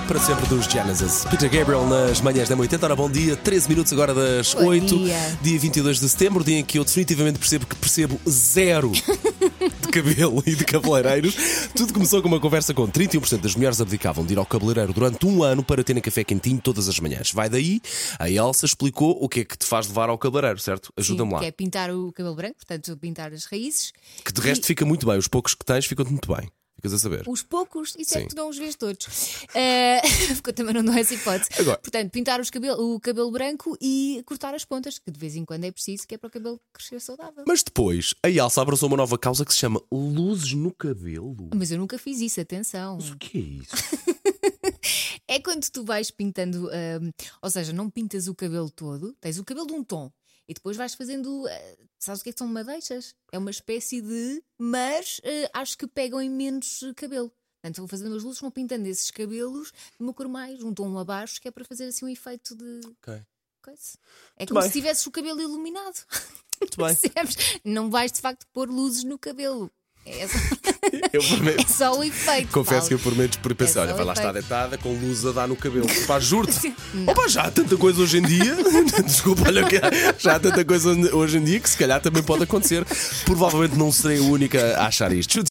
para sempre dos Genesis. Peter Gabriel nas manhãs da 80. Ora, bom dia, 13 minutos agora das Bom 8, dia 22 de setembro, dia em que eu definitivamente percebo zero de cabelo e de cabeleireiros. Tudo começou com uma conversa com 31% das mulheres abdicavam de ir ao cabeleireiro durante um ano para terem café quentinho todas as manhãs. Vai daí, a Elsa explicou o que é que te faz levar ao cabeleireiro, certo? Ajuda-me lá. Que é pintar o cabelo branco, portanto, pintar as raízes. Que de resto fica muito bem, os poucos que tens ficam-te muito bem. Ficas a saber. Os poucos, isso é Sim. que tu não os vês todos. Porque eu também não dou essa hipótese. Agora. Portanto, pintar o cabelo branco e cortar as pontas, que de vez em quando é preciso, que é para o cabelo crescer saudável. Mas depois, a Elsa abraçou uma nova causa que se chama luzes no cabelo. Mas eu nunca fiz isso, atenção. Mas o que é isso? É quando tu vais pintando, ou seja, não pintas o cabelo todo, tens o cabelo de um tom e depois vais fazendo, sabes o que é que são madeixas? É uma espécie de, mas acho que pegam em menos cabelo. Portanto, vou fazendo as luzes, vão pintando esses cabelos de uma cor mais, um tom abaixo, que é para fazer assim um efeito de Ok. coisa. É Muito como bem. se tivesses o cabelo iluminado. Muito bem. Percebes? Não vais de facto pôr luzes no cabelo. Eu prometo. É só o efeito. Confesso que eu Paulo. por menos pensei, É olha, só vai lá estar efeito. deitada com luz a dar no cabelo. Pá, juro-te. Opa, já há tanta coisa hoje em dia. Desculpa, olha, que já há tanta coisa hoje em dia que se calhar também pode acontecer. Provavelmente não serei a única a achar isto.